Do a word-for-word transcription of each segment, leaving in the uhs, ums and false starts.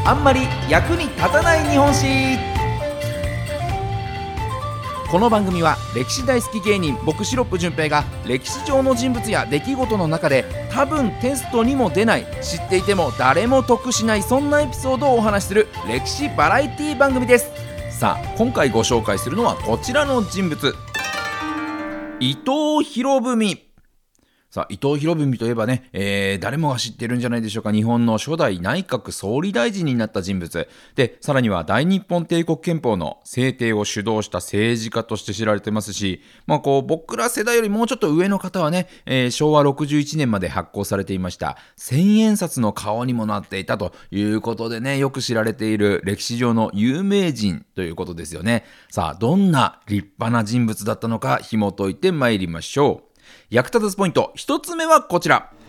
あんまり役に立たない日本史。この番組は歴史大好き芸人僕シロップ純平が歴史上の人物や出来事の中で多分テストにも出ない、知っていても誰も得しない、そんなエピソードをお話しする歴史バラエティ番組です。さあ今回ご紹介するのはこちらの人物、伊藤博文。さあ伊藤博文といえばね、えー、誰もが知ってるんじゃないでしょうか。日本の初代内閣総理大臣になった人物で、さらには大日本帝国憲法の制定を主導した政治家として知られてますし、まあ、こう僕ら世代よりもうちょっと上の方はね、えー、しょうわろくじゅういちねんまで発行されていました千円札の顔にもなっていたということでね、よく知られている歴史上の有名人ということですよね。さあどんな立派な人物だったのか紐解いてまいりましょう。役立たずポイント一つ目はこちら。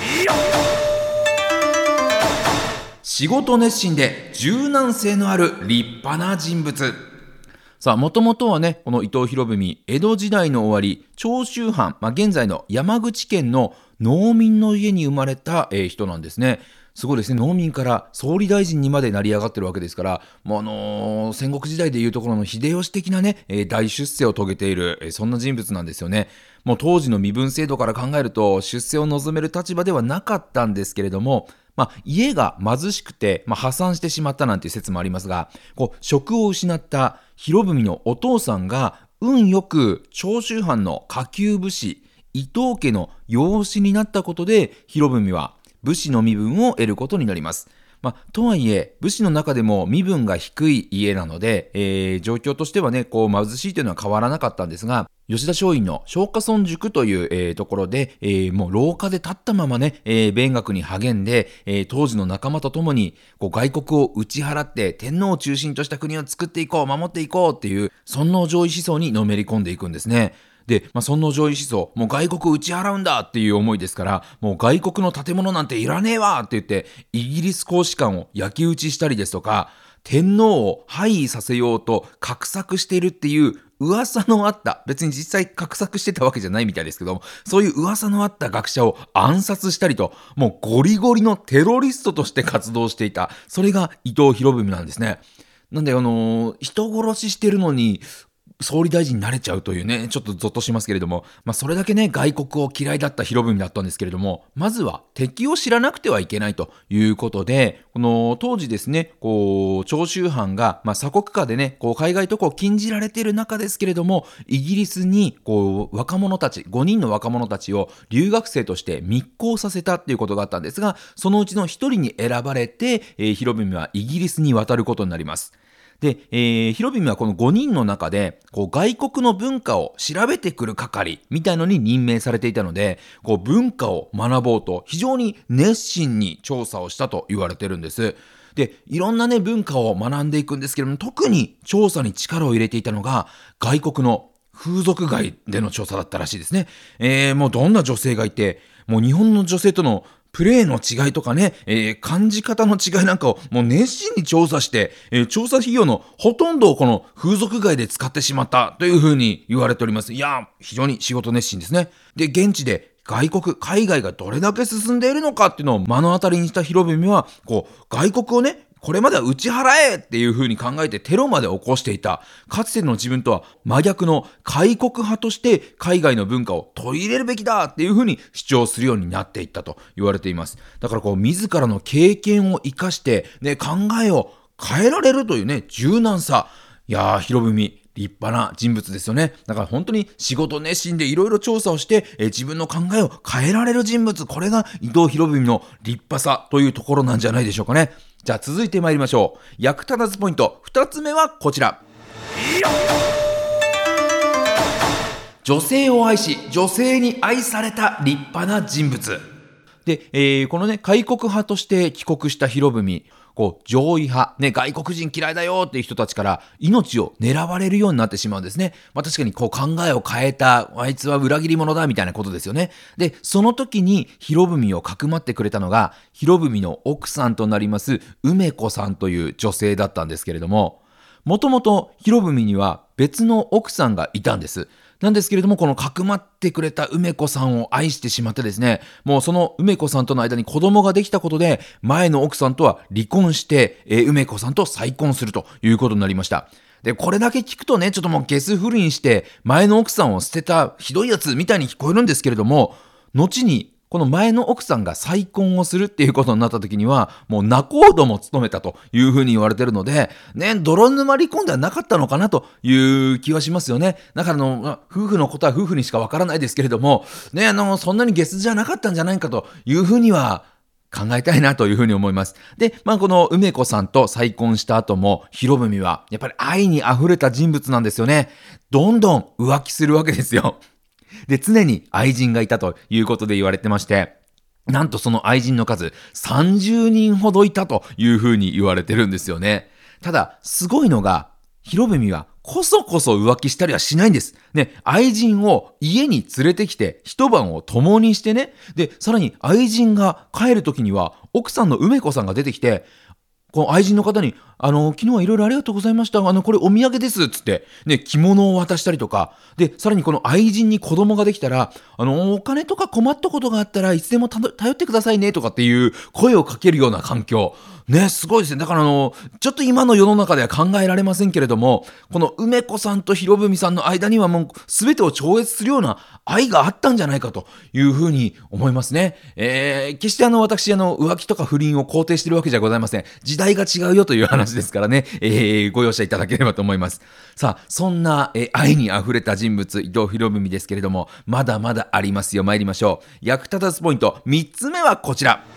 仕事熱心で柔軟性のある立派な人物。さあもともとはね、この伊藤博文、江戸時代の終わり、長州藩、まあ、現在の山口県の農民の家に生まれた、えー、人なんですね。すごいですね。農民から総理大臣にまで成り上がってるわけですから、もうあのー、戦国時代でいうところの秀吉的なね、えー、大出世を遂げている、えー、そんな人物なんですよね。もう当時の身分制度から考えると出世を望める立場ではなかったんですけれども、まあ、家が貧しくて、まあ、破産してしまったなんていう説もありますが、こう職を失った博文のお父さんが運よく長州藩の下級武士伊藤家の養子になったことで、博文は武士の身分を得ることになります。まあ、とはいえ武士の中でも身分が低い家なので、えー、状況としてはねこう貧しいというのは変わらなかったんですが、吉田松陰の松下村塾という、えー、ところで、えー、もう廊下で立ったままね、えー、勉学に励んで、えー、当時の仲間と共にこう外国を打ち払って天皇を中心とした国を作っていこう、守っていこうっていう尊王攘夷思想にのめり込んでいくんですね。で、まあ、尊王攘夷思想、もう外国を打ち払うんだっていう思いですから、もう外国の建物なんていらねえわって言ってイギリス公使館を焼き討ちしたりですとか、天皇を廃位させようと画策しているっていう噂のあった、別に実際画策してたわけじゃないみたいですけども、そういう噂のあった学者を暗殺したりと、もうゴリゴリのテロリストとして活動していた、それが伊藤博文なんですね。なんであのー、人殺ししてるのに総理大臣になれちゃうというね、ちょっとゾッとしますけれども、まあ、それだけね外国を嫌いだった博文だったんですけれども、まずは敵を知らなくてはいけないということで、この当時ですね、こう長州藩が、まあ、鎖国下でねこう海外渡航を禁じられている中ですけれども、イギリスにこう若者たちごにんの若者たちを留学生として密航させたっていうことがあったんですが、そのうちのひとりに選ばれて、えー、博文はイギリスに渡ることになります。で、えー、博文はこのごにんの中でこう外国の文化を調べてくる係みたいのに任命されていたので、こう文化を学ぼうと非常に熱心に調査をしたと言われてるんです。で、いろんなね文化を学んでいくんですけれども、特に調査に力を入れていたのが外国の風俗街での調査だったらしいですね。えー、もうどんな女性がいて、もう日本の女性とのプレーの違いとかね、えー、感じ方の違いなんかをもう熱心に調査して、えー、調査費用のほとんどをこの風俗街で使ってしまったというふうに言われております。いやー、非常に仕事熱心ですね。で、現地で外国、海外がどれだけ進んでいるのかっていうのを目の当たりにした博文は、こう外国をねこれまでは打ち払えっていう風に考えてテロまで起こしていた、かつての自分とは真逆の開国派として海外の文化を取り入れるべきだっていう風に主張するようになっていったと言われています。だからこう自らの経験を生かして、ね、考えを変えられるというね柔軟さ。いやー、博文立派な人物ですよね。だから本当に仕事熱心でいろいろ調査をして、えー、自分の考えを変えられる人物、これが伊藤博文の立派さというところなんじゃないでしょうかね。じゃあ続いて参りましょう。役立たずポイントふたつめはこちら。女性を愛し女性に愛された立派な人物で、えー、このね開国派として帰国した博文、こう上位派、ね、外国人嫌いだよっていう人たちから命を狙われるようになってしまうんですね。まあ、確かにこう考えを変えたあいつは裏切り者だみたいなことですよね。で、その時に博文をかくまってくれたのが博文の奥さんとなります梅子さんという女性だったんですけれども、もともと博文には別の奥さんがいたんです。 なんですけれども、このかくまってくれた梅子さんを愛してしまってですね、もうその梅子さんとの間に子供ができたことで、前の奥さんとは離婚して、えー、梅子さんと再婚するということになりました。で、これだけ聞くとね、ちょっともうゲス不倫して前の奥さんを捨てたひどいやつみたいに聞こえるんですけれども、後にこの前の奥さんが再婚をするっていうことになった時には、もう仲人も務めたというふうに言われてるので、ね、泥沼離婚ではなかったのかなという気はしますよね。だからの、夫婦のことは夫婦にしかわからないですけれども、ね、あの、そんなにゲスじゃなかったんじゃないかというふうには考えたいなというふうに思います。で、まあこの梅子さんと再婚した後も、博文はやっぱり愛に溢れた人物なんですよね。どんどん浮気するわけですよ。で、常に愛人がいたということで言われてまして、なんとその愛人の数さんじゅうにんほどいたというふうに言われてるんですよね。ただ、すごいのが、博文はこそこそ浮気したりはしないんです。ね、愛人を家に連れてきて一晩を共にしてね、で、さらに愛人が帰る時には奥さんの梅子さんが出てきて、この愛人の方に、あの、昨日はいろいろありがとうございました。あの、これお土産です。つって、ね、着物を渡したりとか、で、さらにこの愛人に子供ができたら、あの、お金とか困ったことがあったらいつでも頼ってくださいね、とかっていう声をかけるような環境。ね、すごいですね。だからあの、ちょっと今の世の中では考えられませんけれども、この梅子さんと博文さんの間にはもう全てを超越するような愛があったんじゃないかというふうに思いますね。えー、決してあの、私あの、浮気とか不倫を肯定しているわけじゃございません。時代が違うよという話ですからね、えー、ご容赦いただければと思います。さあ、そんな、えー、愛にあふれた人物、伊藤博文ですけれども、まだまだありますよ。参りましょう。役立たずポイント、みっつめはこちら。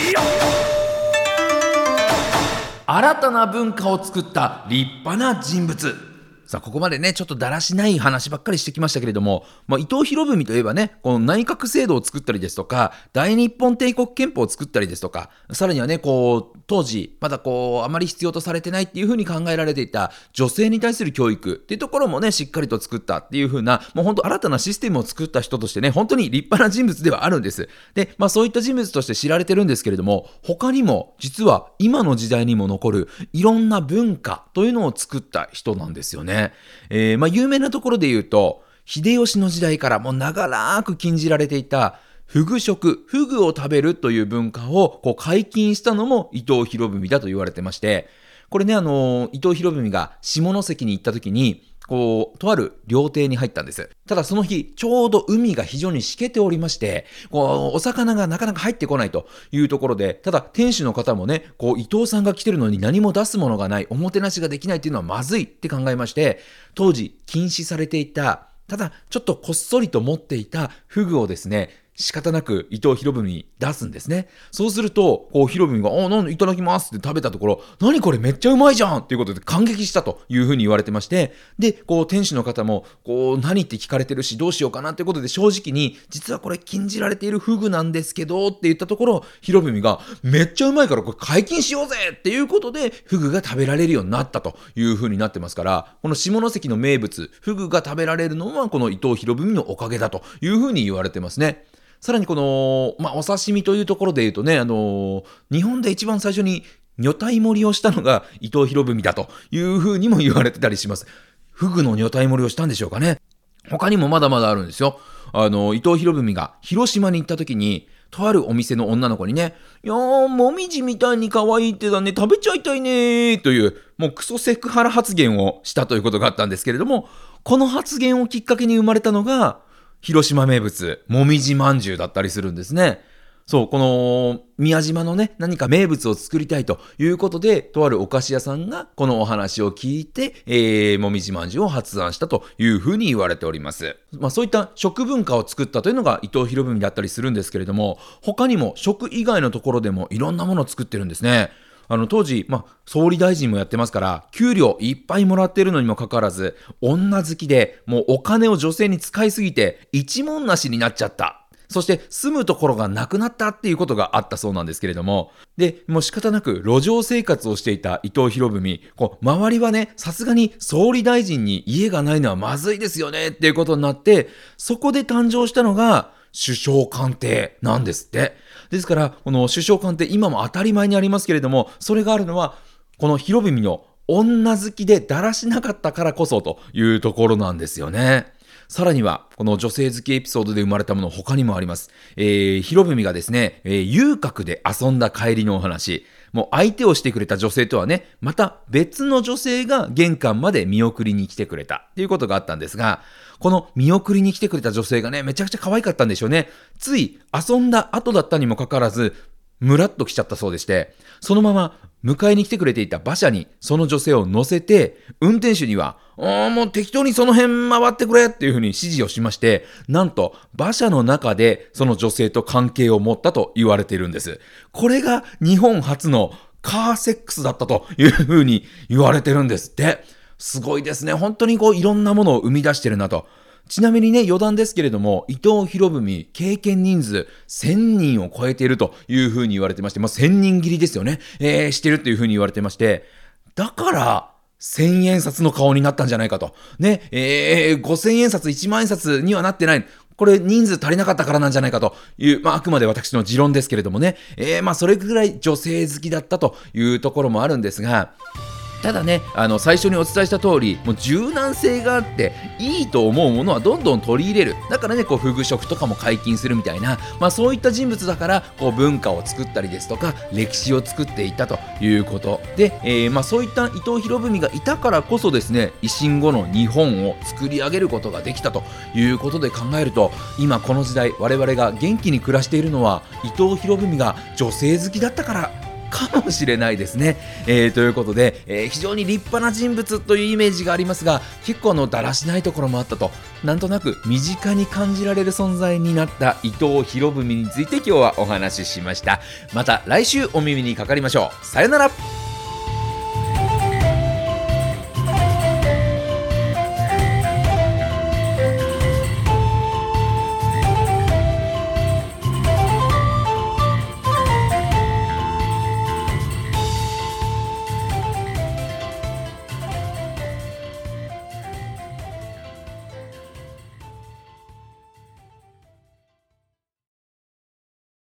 新たな文化を作った立派な人物。さあ、ここまでね、ちょっとだらしない話ばっかりしてきましたけれども、まあ、伊藤博文といえばね、この内閣制度を作ったりですとか、大日本帝国憲法を作ったりですとか、さらにはね、こう、当時、まだこう、あまり必要とされてないっていうふうに考えられていた女性に対する教育っていうところもね、しっかりと作ったっていうふうな、もう本当新たなシステムを作った人としてね、本当に立派な人物ではあるんです。で、まあそういった人物として知られてるんですけれども、他にも、実は今の時代にも残るいろんな文化というのを作った人なんですよね。えー、まあ有名なところで言うと、秀吉の時代からもう長らく禁じられていたフグ食、フグを食べるという文化をこう解禁したのも伊藤博文だと言われてまして、これね、あのー、伊藤博文が下関に行った時に、こう、とある料亭に入ったんです。ただその日、ちょうど海が非常にしけておりまして、こう、お魚がなかなか入ってこないというところで、ただ店主の方もね、こう、伊藤さんが来てるのに何も出すものがない、おもてなしができないっていうのはまずいって考えまして、当時禁止されていた、ただちょっとこっそりと持っていたフグをですね、仕方なく伊藤博文に出すんですね。そうすると、こう、博文が、あ、なんでいただきますって食べたところ、何これめっちゃうまいじゃんっていうことで感激したというふうに言われてまして、で、こう、店主の方も、こう、何って聞かれてるし、どうしようかなっていうことで正直に、実はこれ禁じられているフグなんですけどって言ったところ、博文が、めっちゃうまいからこれ解禁しようぜっていうことで、フグが食べられるようになったというふうになってますから、この下関の名物、フグが食べられるのは、この伊藤博文のおかげだというふうに言われてますね。さらにこの、まあ、お刺身というところで言うとね、あのー、日本で一番最初に女体盛りをしたのが伊藤博文だというふうにも言われてたりします。フグの女体盛りをしたんでしょうかね。他にもまだまだあるんですよ。あのー、伊藤博文が広島に行った時に、とあるお店の女の子にね、いやー、もみじみたいに可愛いってだね、食べちゃいたいねーという、もうクソセクハラ発言をしたということがあったんですけれども、この発言をきっかけに生まれたのが、広島名物、もみじまんじゅうだったりするんですね。そう、この宮島のね、何か名物を作りたいということで、とあるお菓子屋さんがこのお話を聞いて、えー、もみじまんじゅうを発案したというふうに言われております。まあそういった食文化を作ったというのが伊藤博文だったりするんですけれども、他にも食以外のところでもいろんなものを作ってるんですね。あの当時、まあ、総理大臣もやってますから、給料いっぱいもらっているのにもかかわらず、女好きで、もうお金を女性に使いすぎて、一文なしになっちゃった。そして住むところがなくなったっていうことがあったそうなんですけれども、で、もう仕方なく路上生活をしていた伊藤博文、こう周りはね、さすがに総理大臣に家がないのはまずいですよねっていうことになって、そこで誕生したのが首相官邸なんですって。ですから、この首相官邸、今も当たり前にありますけれども、それがあるのは、この博文の女好きでだらしなかったからこそというところなんですよね。 さらにはこの女性好きエピソードで生まれたもの他にもあります。えー、博文がですね、えー、遊郭で遊んだ帰りのお話、もう相手をしてくれた女性とはね、また別の女性が玄関まで見送りに来てくれたっていうことがあったんですが、この見送りに来てくれた女性がね、めちゃくちゃ可愛かったんでしょうね。つい遊んだ後だったにもかかわらず、ムラっと来ちゃったそうでして、そのまま迎えに来てくれていた馬車にその女性を乗せて、運転手には、おもう適当にその辺回ってくれっていうふうに指示をしまして、なんと馬車の中でその女性と関係を持ったと言われているんです。これが日本初のカーセックスだったというふうに言われてるんですって。すごいですね。本当にこういろんなものを生み出してるなと。ちなみにね、余談ですけれども、伊藤博文、経験人数せんにんを超えているというふうに言われてまして、まあ、せんにん切りですよね、えー、してるというふうに言われてまして、だから千円札の顔になったんじゃないかと。ね、えー、ごせんえん札、いちまん円札にはなってない。これ人数足りなかったからなんじゃないかという、まあ、あくまで私の持論ですけれどもね、えー、まあそれぐらい女性好きだったというところもあるんですが、ただね、あの最初にお伝えした通り、もう柔軟性があっていいと思うものはどんどん取り入れる。だからね、こうフグ食とかも解禁するみたいな、まあ、そういった人物だからこう文化を作ったりですとか歴史を作っていったということで、えーまあ、そういった伊藤博文がいたからこそですね、維新後の日本を作り上げることができたということで考えると、今この時代我々が元気に暮らしているのは伊藤博文が女性好きだったからかもしれないですね、えー、ということで、えー、非常に立派な人物というイメージがありますが、結構あのだらしないところもあったと、なんとなく身近に感じられる存在になった伊藤博文について今日はお話ししました。また来週お耳にかかりましょう。さよなら。